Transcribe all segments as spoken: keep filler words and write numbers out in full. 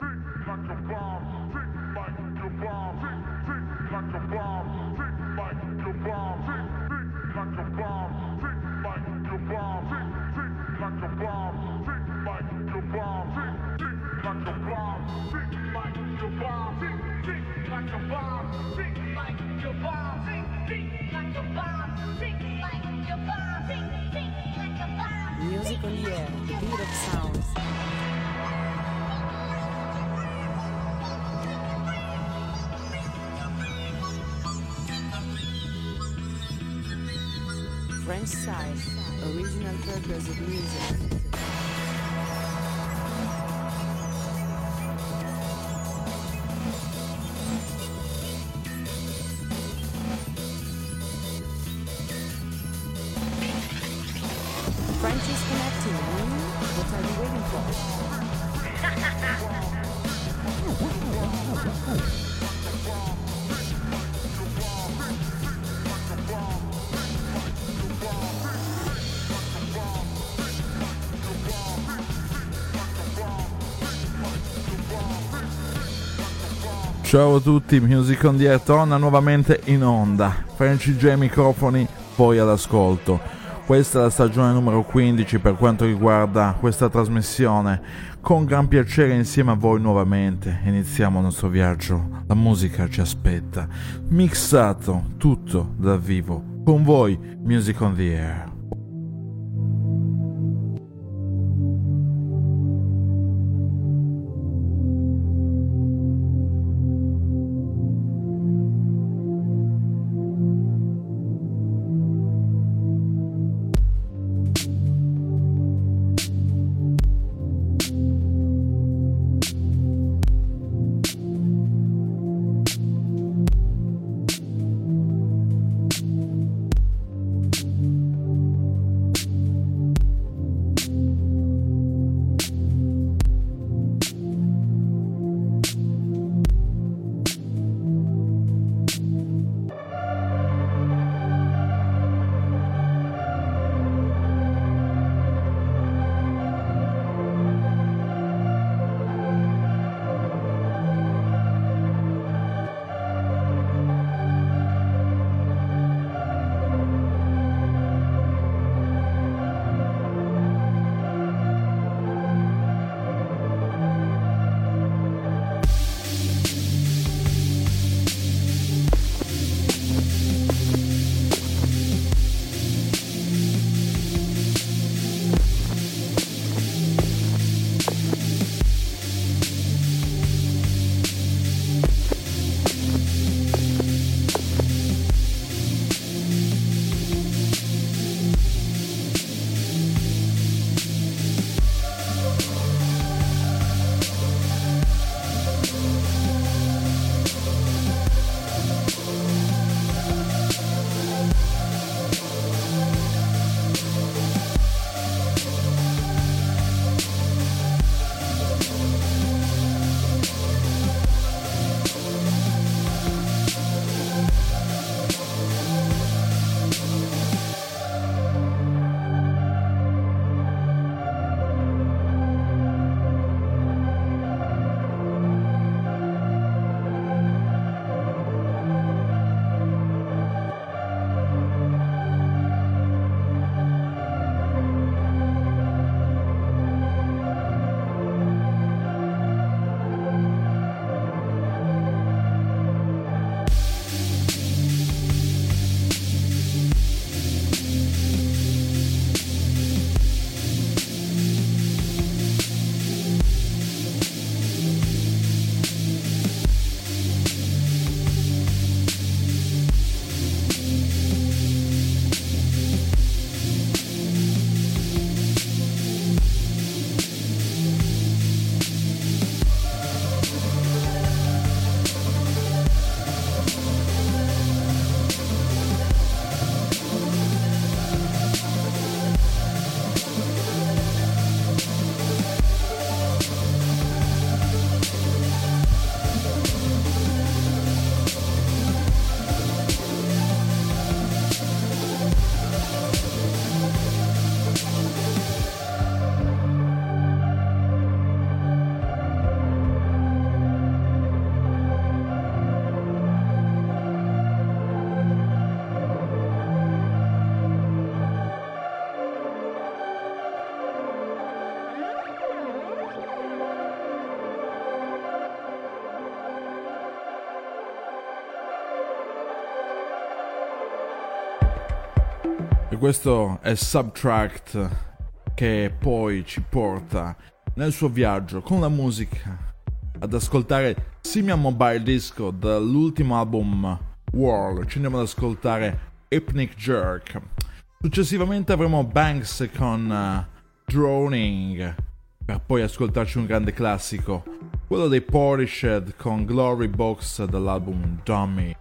Music on the air, the beat of sounds. French side, original purpose of music. French is connecting. What are you waiting for? Ciao a tutti, Music on the Air torna nuovamente in onda. Franci J ai microfoni, poi all'ascolto. Questa è la stagione numero quindici per quanto riguarda questa trasmissione. Con gran piacere insieme a voi nuovamente iniziamo il nostro viaggio. La musica ci aspetta. Mixato, tutto dal vivo. Con voi, Music on the Air. E questo è Subtract, che poi ci porta nel suo viaggio con la musica ad ascoltare Simian Mobile Disco dall'ultimo album World. Ci andiamo ad ascoltare Hypnic Jerk. Successivamente avremo Banks con uh, Droning, per poi ascoltarci un grande classico, quello dei Portishead con Glory Box dall'album Dummy.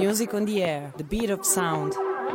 Music on the air, the beat of sound.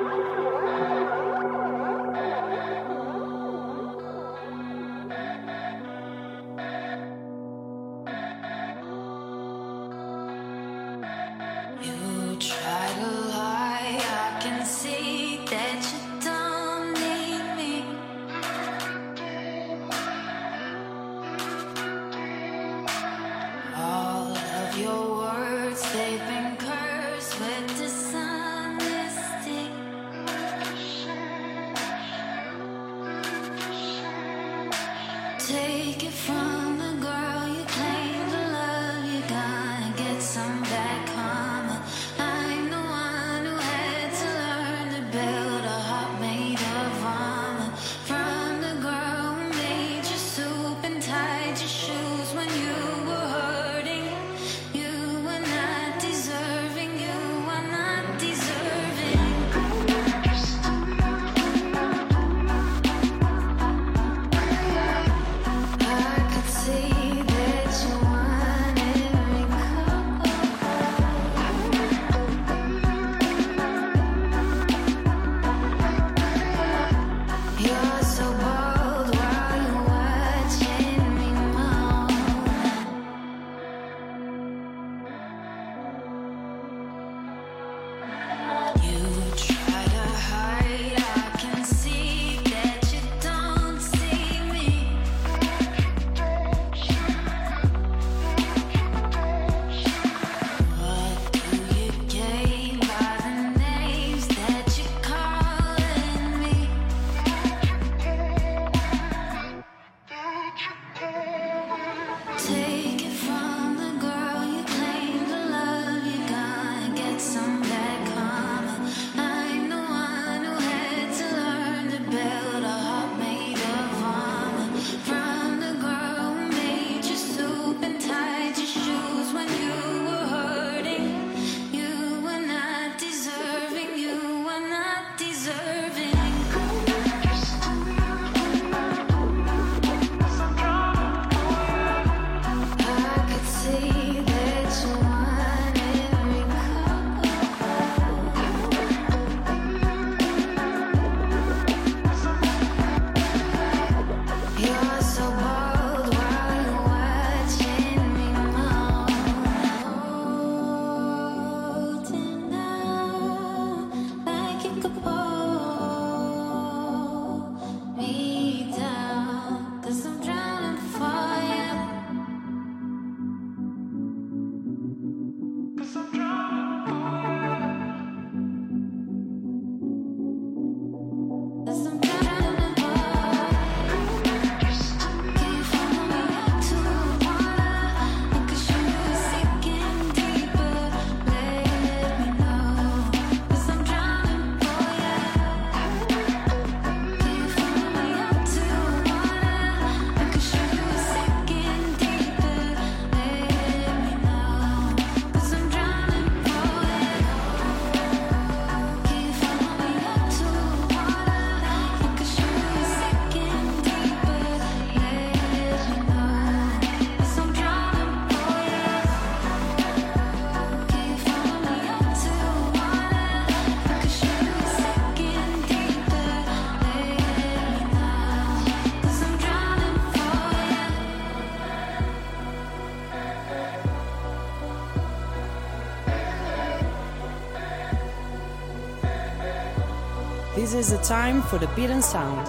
This is the time for the beat and sound.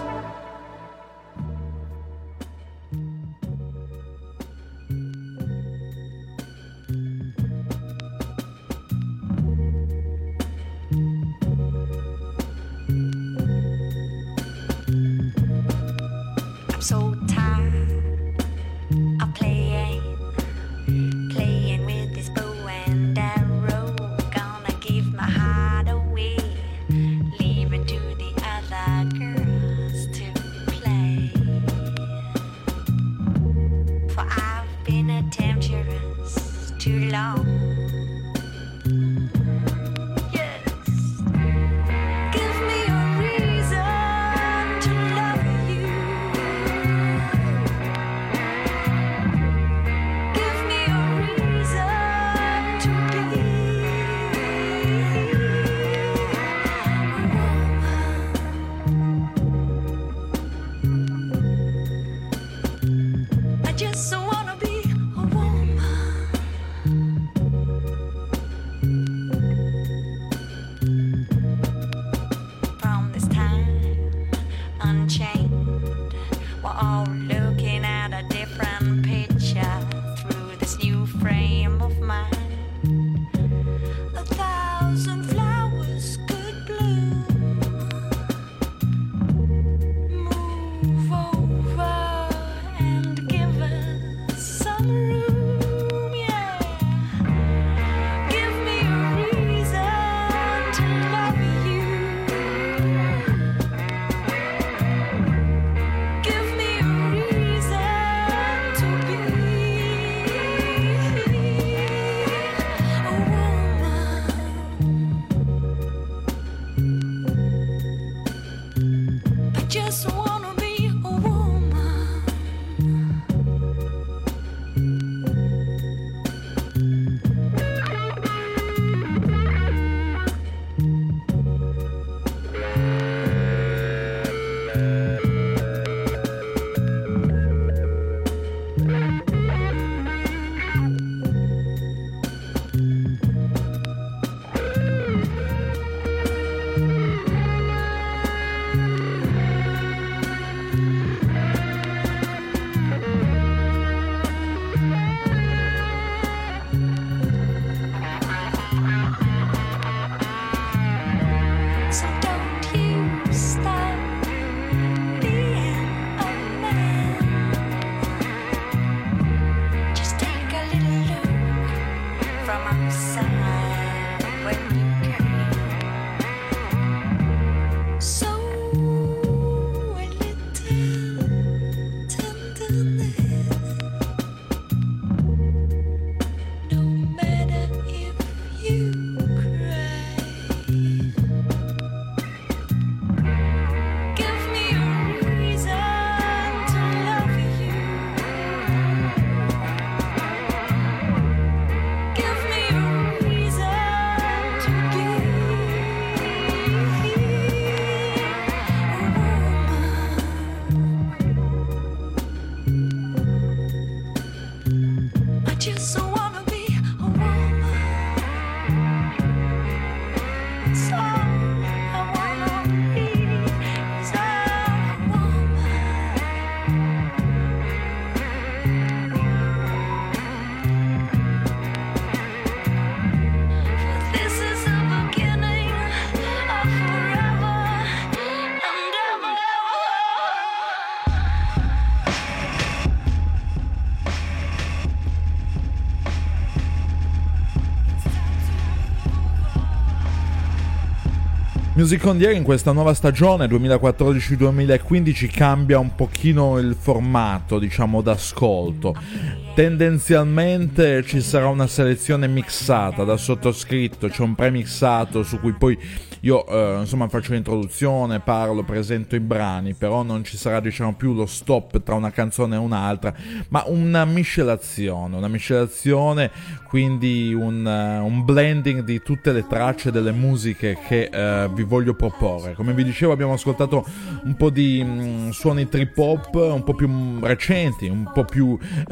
I'm so tired of playing, playing with this bow and arrow. Gonna give my heart away, leave it to the other girls. just wanna be a woman. So don't you stop being a man. Just take a little look from outside when you can. So a little tenderness. No matter if you cry. Give me a reason to love you. Give me a reason to give a woman. I just wanna be a woman. So I wanna be a woman. For this is the beginning of forever and ever. Music on the Air in questa nuova stagione duemilaquattordici duemilaquindici cambia un pochino il formato, diciamo, d'ascolto. Tendenzialmente ci sarà una selezione mixata da sottoscritto, c'è un premixato su cui poi io eh, insomma faccio l'introduzione, parlo, presento i brani, però non ci sarà, diciamo, più lo stop tra una canzone e un'altra, ma una miscelazione, una miscelazione, quindi un, uh, un blending di tutte le tracce delle musiche che uh, vi voglio proporre. Come vi dicevo, abbiamo ascoltato un po' di mh, suoni trip hop, un po' più mh, recenti, un po' più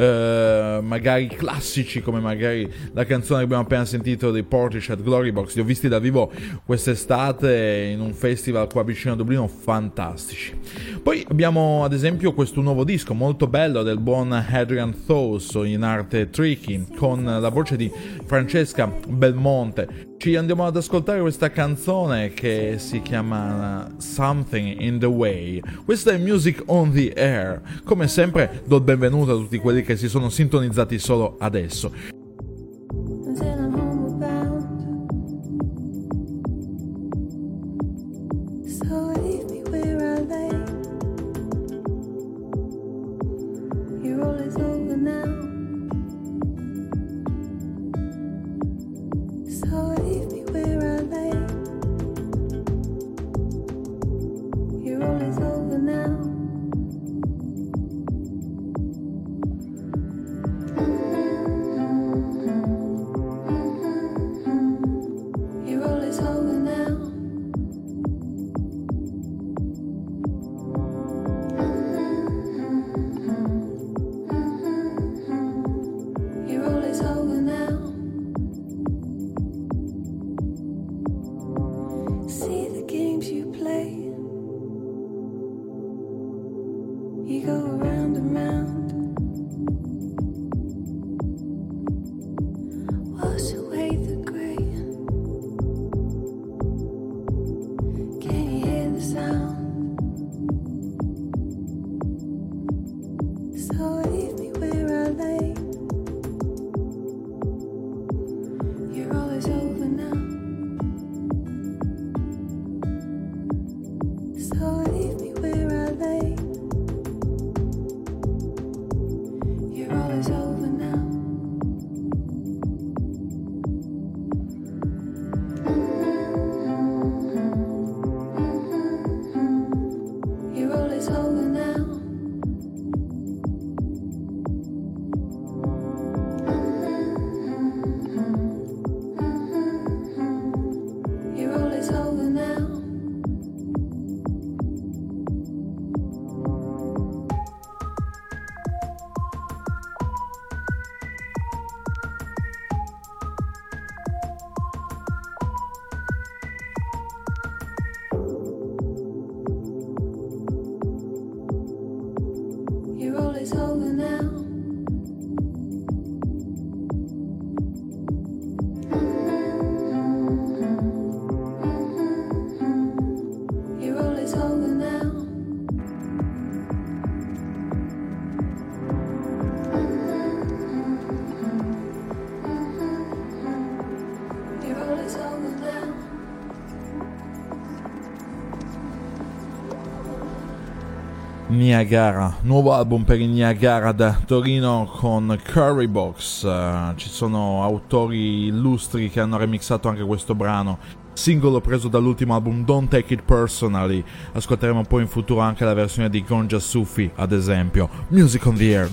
uh, magari classici, come magari la canzone che abbiamo appena sentito dei Portishead, Glory Box. Li ho visti da vivo quest'estate in un festival qua vicino a Dublino, fantastici. Poi abbiamo ad esempio questo nuovo disco molto bello del buon Adrian Thos, in arte Tricky, con la voce di Francesca Belmonte. Ci andiamo ad ascoltare questa canzone che si chiama Something in the Way. Questa è Music on the Air. Come sempre do il benvenuto a tutti quelli che si sono sintonizzati solo adesso. So leave me where I lay. Niagara, nuovo album per i Niagara da Torino con Curry Box. Uh, ci sono autori illustri che hanno remixato anche questo brano, singolo preso dall'ultimo album Don't Take It Personally. Ascolteremo poi in futuro anche la versione di Gonja Sufi, ad esempio. Music on the Air.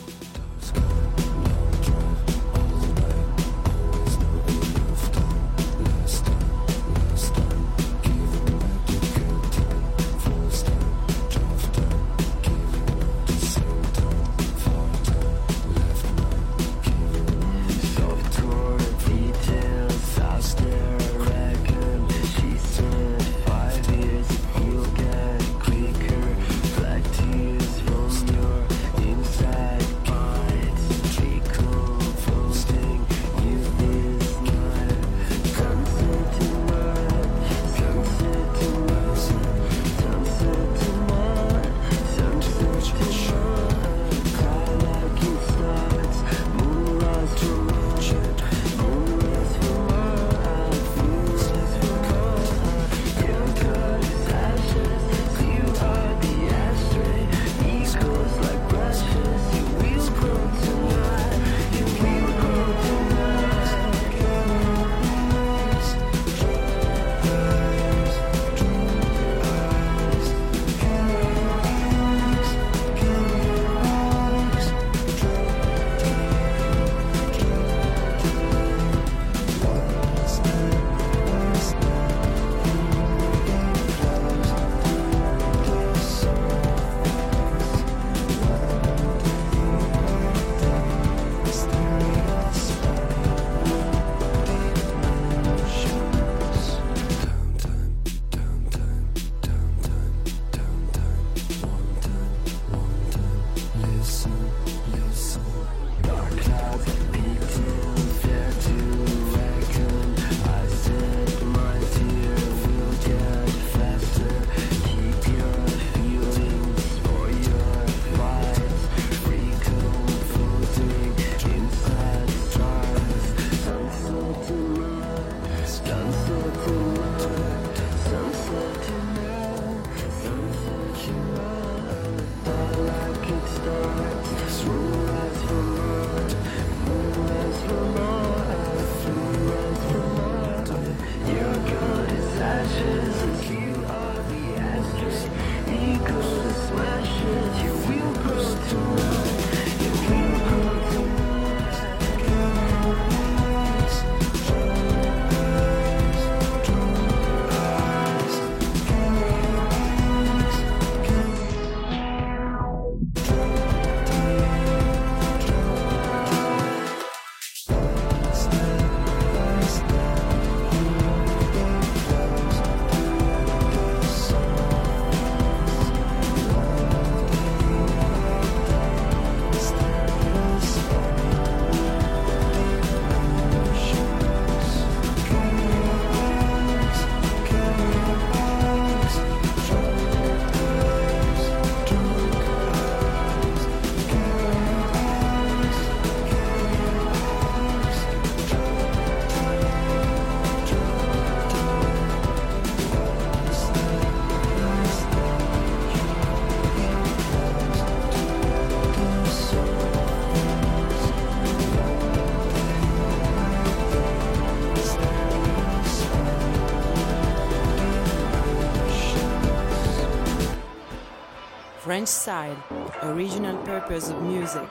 French side, original purpose of music.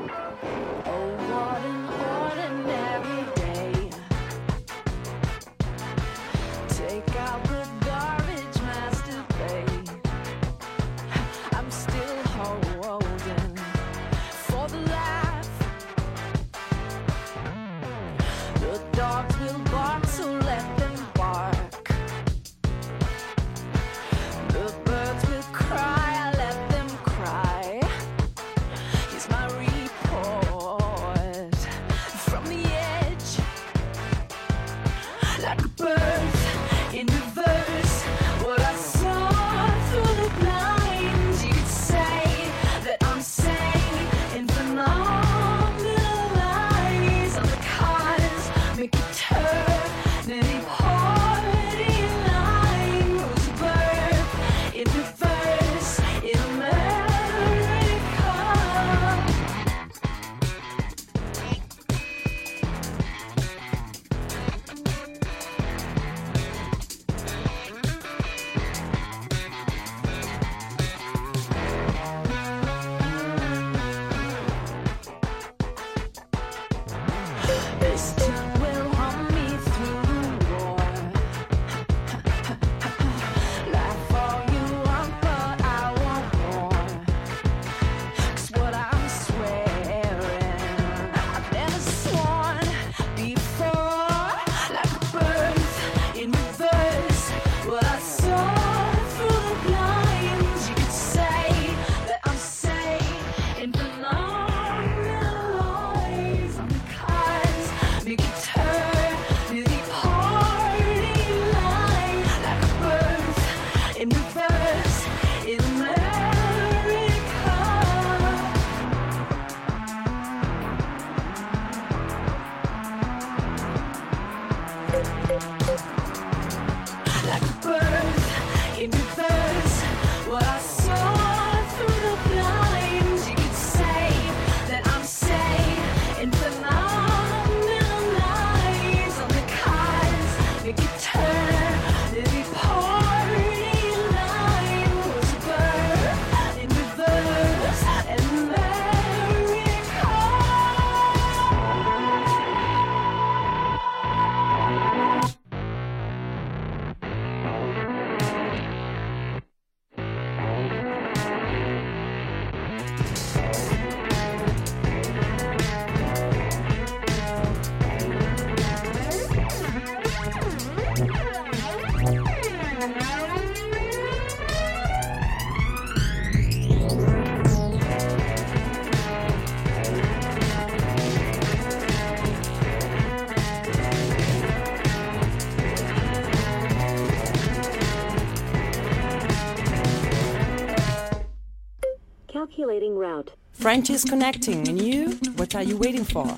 Oh, what an ordinary day. Take out the garbage, masturbate. I'm still holding for the laugh. The dogs will bark, so let them bark. The birds will cry, I let them cry. He's my reaper. in America. Like a bird in reverse, what I saw through the blinds. You could say that I'm safe in phenomenal lies on the cards. Make it turn, every party line was a bird in reverse, America. Calculating route. French is connecting, and you? What are you waiting for?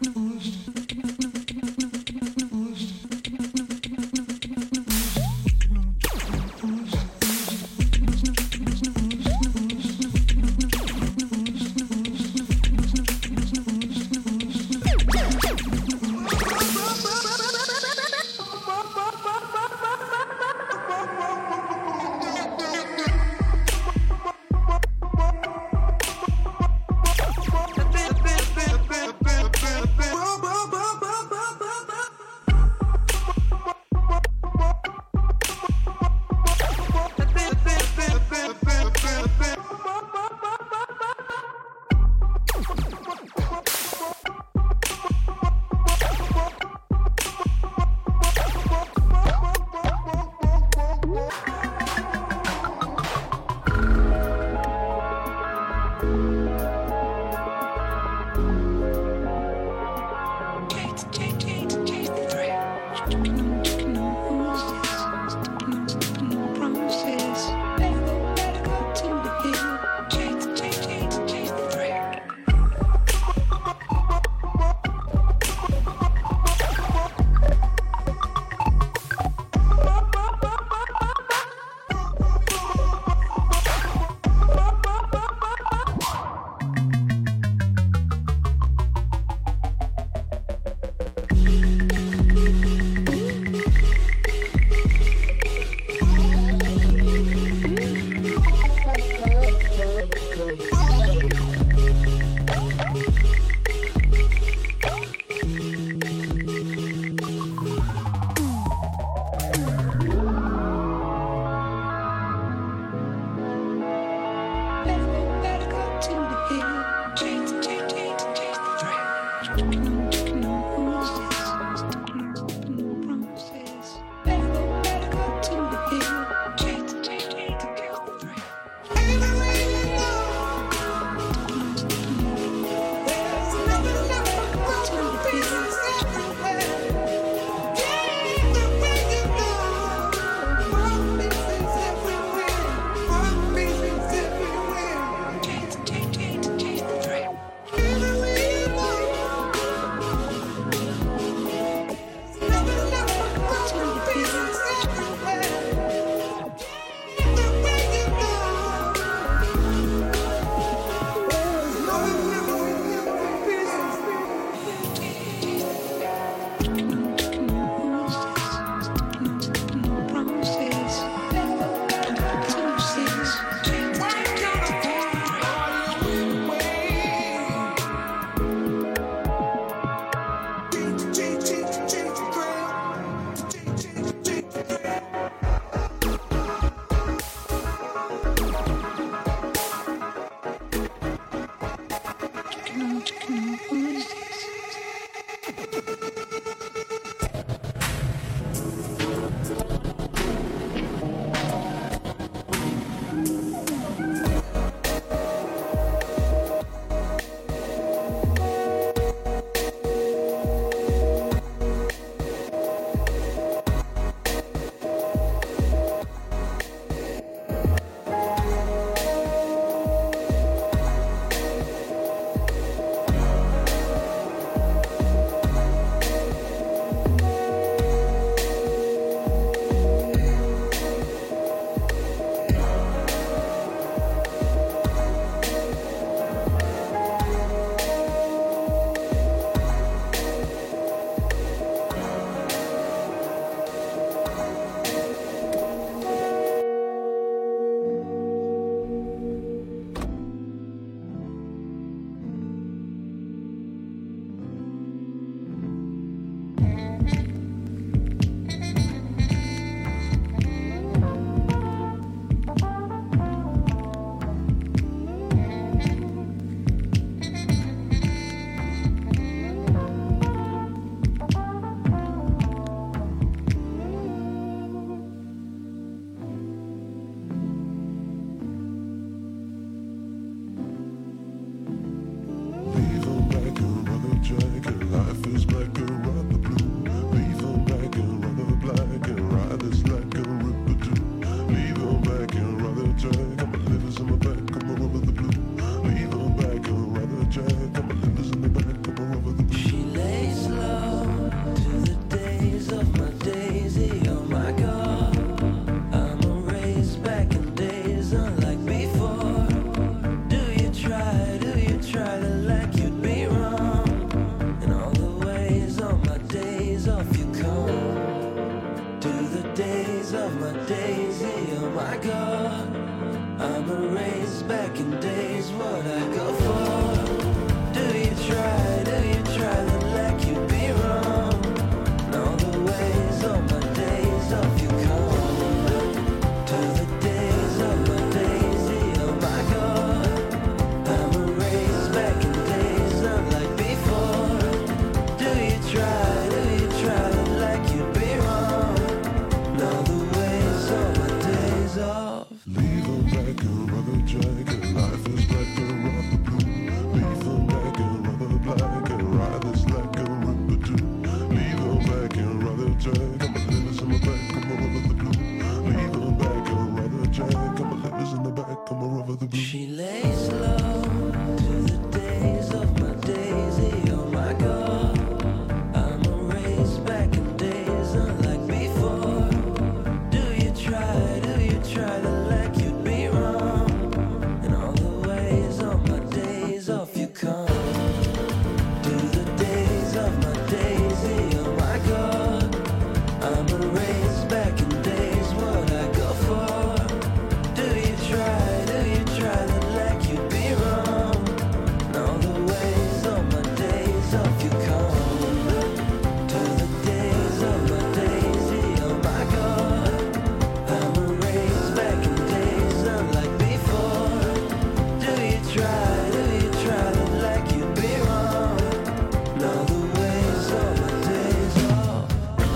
race back in days, what I go for. Do you try, do you try to like you be wrong? And all the ways of my days off you come. To the days of my daisy, oh my God. I'm a race back in days unlike before. Do you try, do you try to like you be wrong? And all the ways of my days off. Leave them back and rubber jacket. Life is like a rubber blue. Leave them back and rubber black and ride this like a rubber too. Leave them back and rubber jack. I'm a livers in my back, I'm a rubber the blue. Leave them back and rubber jack. I'm a livers in the back, I'm a rubber the blue. She lays low to the days of my daisy, oh my God. I'm a race back in days unlike before. Do you try, do you try to like you'd be wrong? And all the ways of my days off you come. To the days of my daisy, oh my God. I'm a race back in days, what I go for. Do you try, do you try to like you'd be wrong? And all the ways of my days off you come. To the days of my daisy, oh my God. I'm a race back in days unlike before. Do you try, do you try to like you'd be wrong? And all the ways of my days off.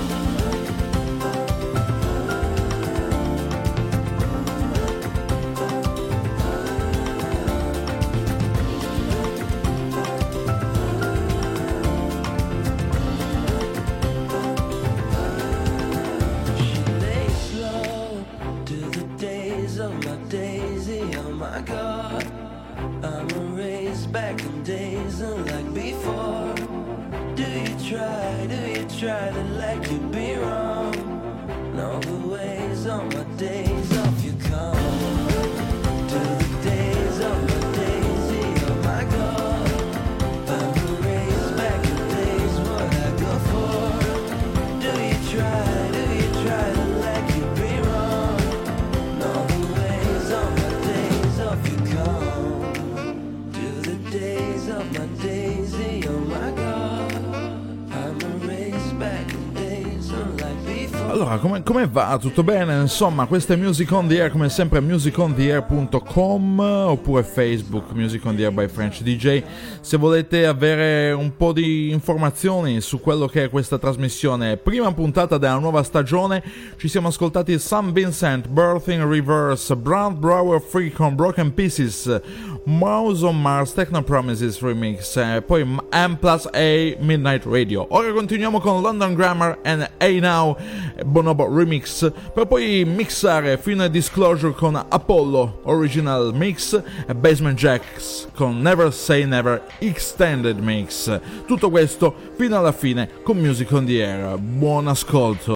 She lays low to the days of my daisy, oh my God. I'm a race back in days unlike before. Do you try, do you try to like you'd be wrong? And all the ways of my days off you come. To the days of my daisy, oh my God. I'm a race back in days, what I go for. Do you try, do you try to like you'd be wrong? And all the ways of my days off you come. To the days of my daisy, oh my God. I'm a race back in days unlike before. Allora, come, come va? Tutto bene? Insomma, questo è Music on the Air, come sempre music on the air punto com oppure Facebook Music on the Air by French D J. Se volete avere un po' di informazioni su quello che è questa trasmissione, prima puntata della nuova stagione, ci siamo ascoltati Sam Vincent, Birth in Reverse, Brand Brower Free con Broken Pieces, Mouse on Mars, Techno Promises Remix, eh, poi M plus A Midnight Radio. Ora continuiamo con London Grammar and Hey Now Bonobo Remix, per poi mixare fino a Disclosure con Apollo Original Mix e Basement Jacks con Never Say Never Extended Mix. Tutto questo fino alla fine con Music on the Air. Buon ascolto.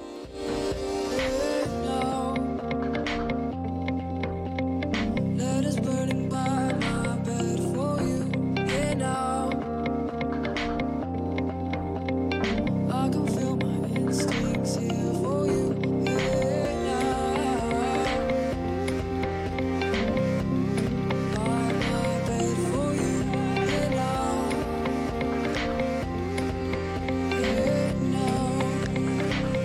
Letters burning by my bed for you. Yeah, now I can feel my instincts here for you. Yeah, now by my bed for you. Yeah, now. Yeah, now.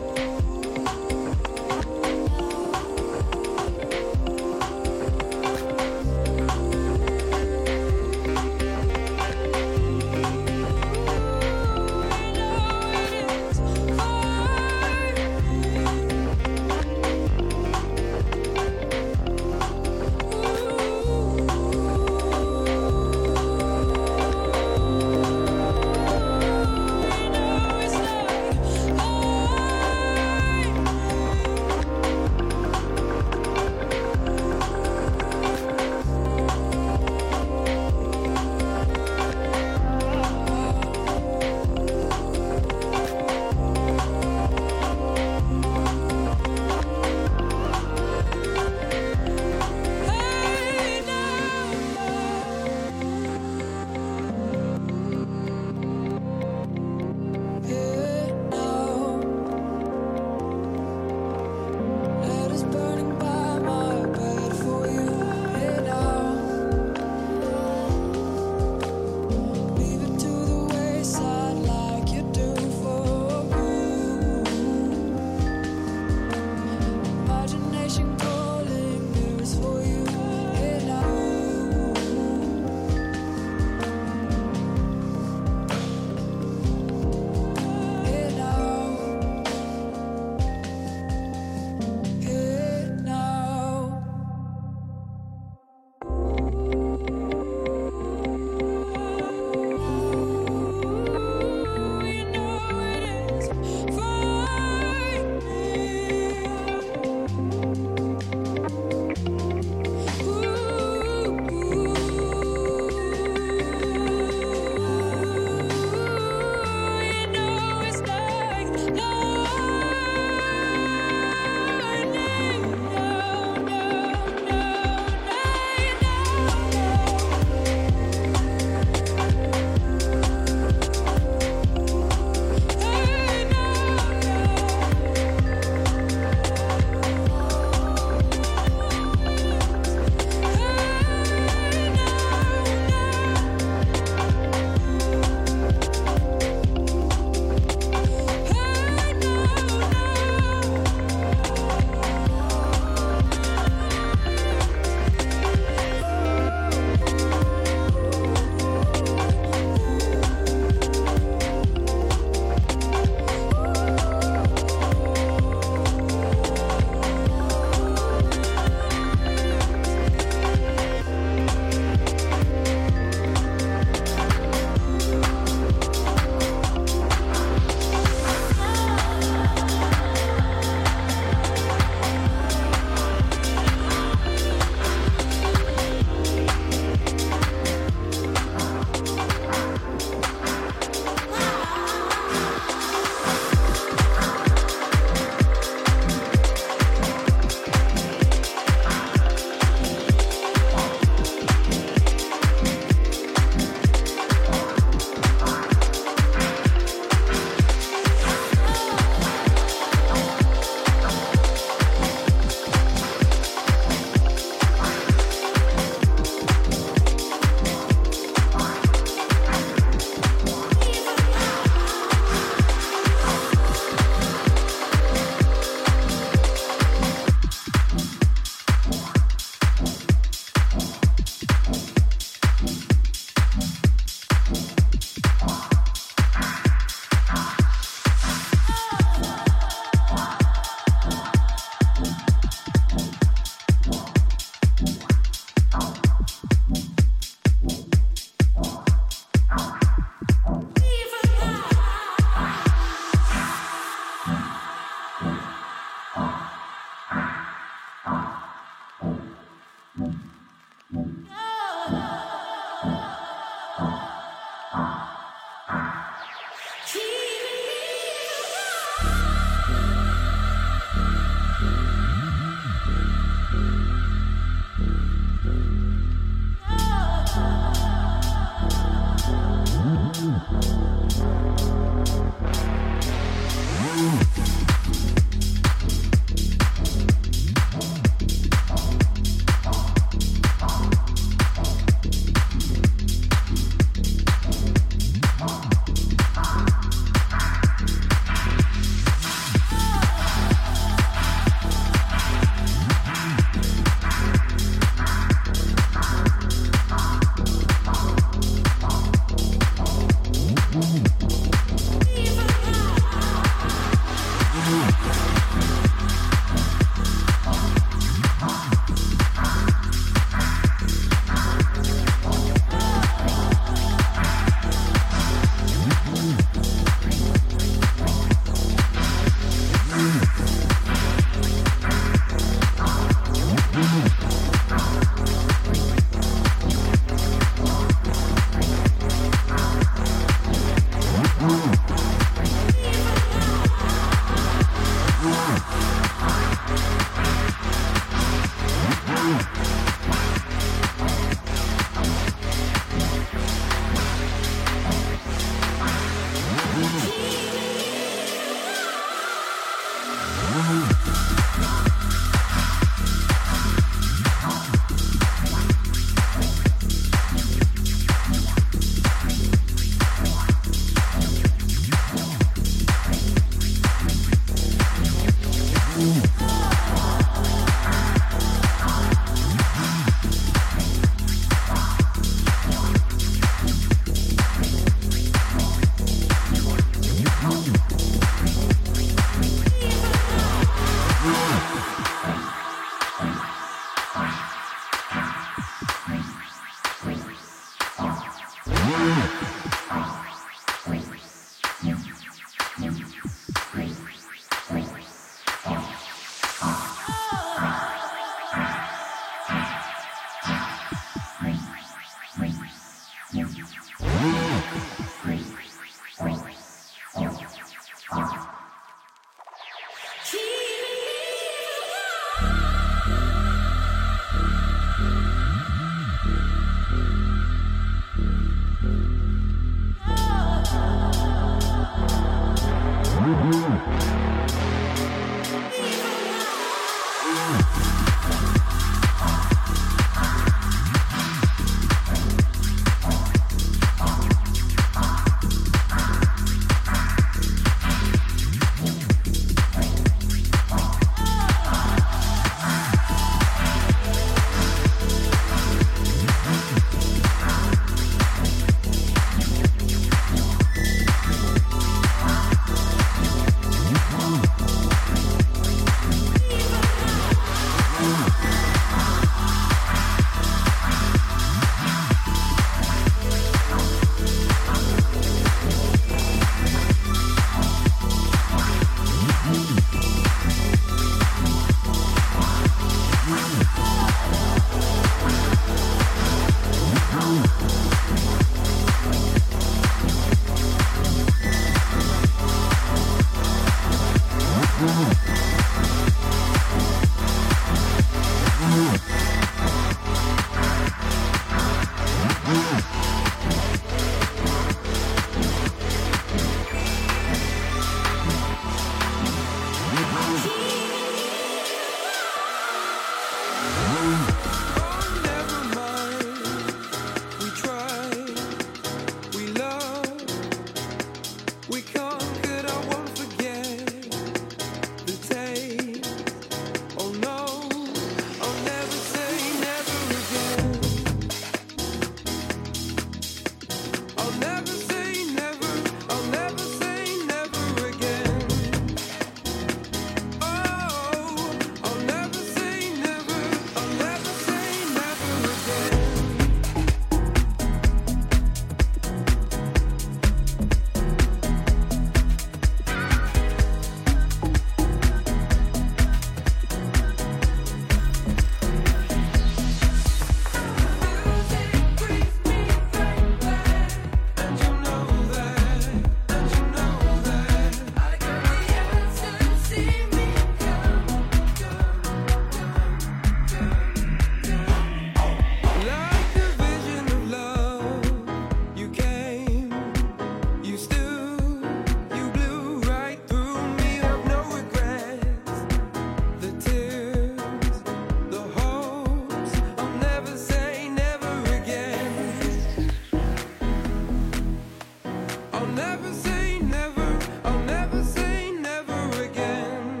never say never, I'll never say never again.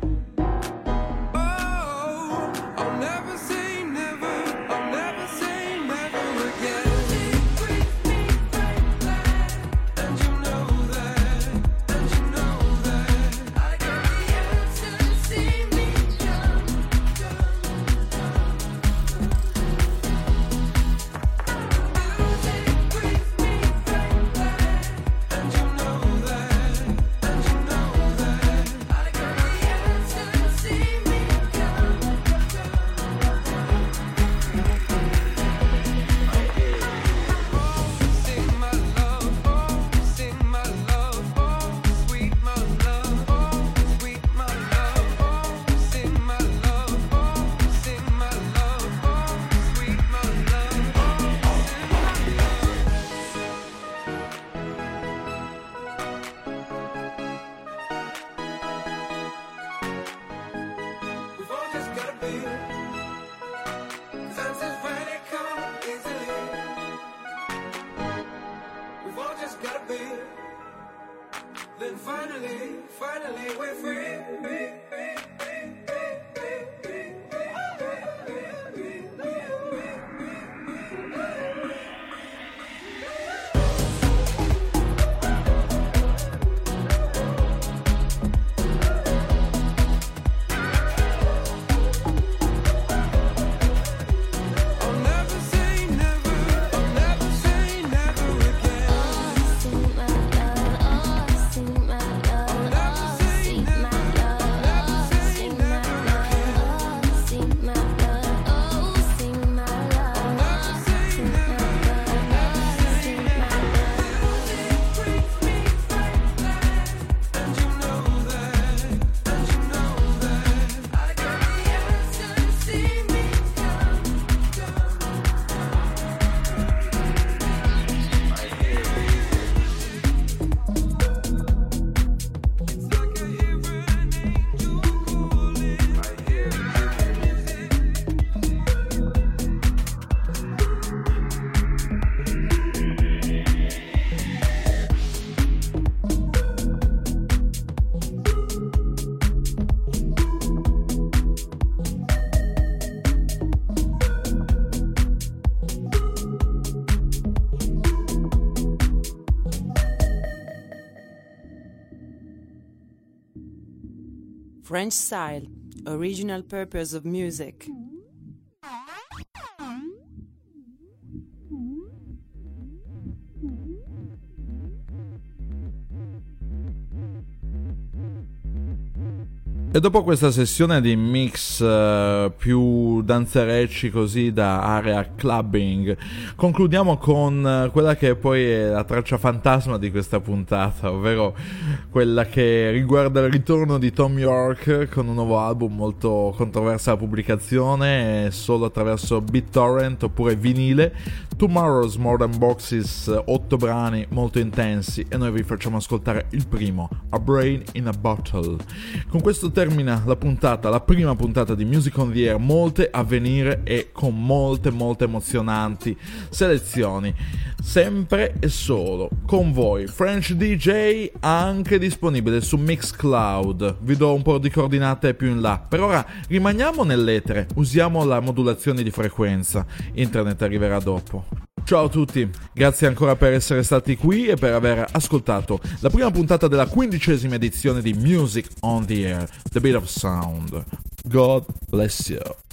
Oh, I'll never say never, I'll never say never again. And you know that, and you know that I got you to see me come, come, come. Music brings me right back. And you know that, and you know that I got you to see me come, come. Sing my love, oh, sing my love, oh, sweet my love, oh, sweet my love, oh, sing my love, oh, sing my love, oh, sweet my love, oh, sing my love. We've all just gotta be, 'cause answers when they come easily. We've all just gotta be. Then finally, finally we're free. I'll never say never, I'll never say never again. Sing my love, oh, sing my love, I'll never say never, never say never again. sing my love, oh, sing my love, Never say never, never say never. Music brings me right back. And you know that, and you know that I got you to see me come, come. It's like I hear an angel calling. I hear French style, original purpose of music. E dopo questa sessione di mix eh, più danzerecci così da area clubbing, concludiamo con eh, quella che poi è la traccia fantasma di questa puntata, ovvero quella che riguarda il ritorno di Thom Yorke con un nuovo album molto controversa alla pubblicazione, solo attraverso BitTorrent oppure vinile. Tomorrow's Modern Boxes, otto brani molto intensi, e noi vi facciamo ascoltare il primo, A Brain in a Bottle. Con questo termina la puntata, la prima puntata di Music on the Air, molte a venire e con molte molte emozionanti selezioni, sempre e solo con voi. French D J anche disponibile su Mixcloud, vi do un po' di coordinate più in là. Per ora rimaniamo nell'etere, usiamo la modulazione di frequenza, internet arriverà dopo. Ciao a tutti, grazie ancora per essere stati qui e per aver ascoltato la prima puntata della quindicesima edizione di Music on the Air, The Beat of Sound. God bless you.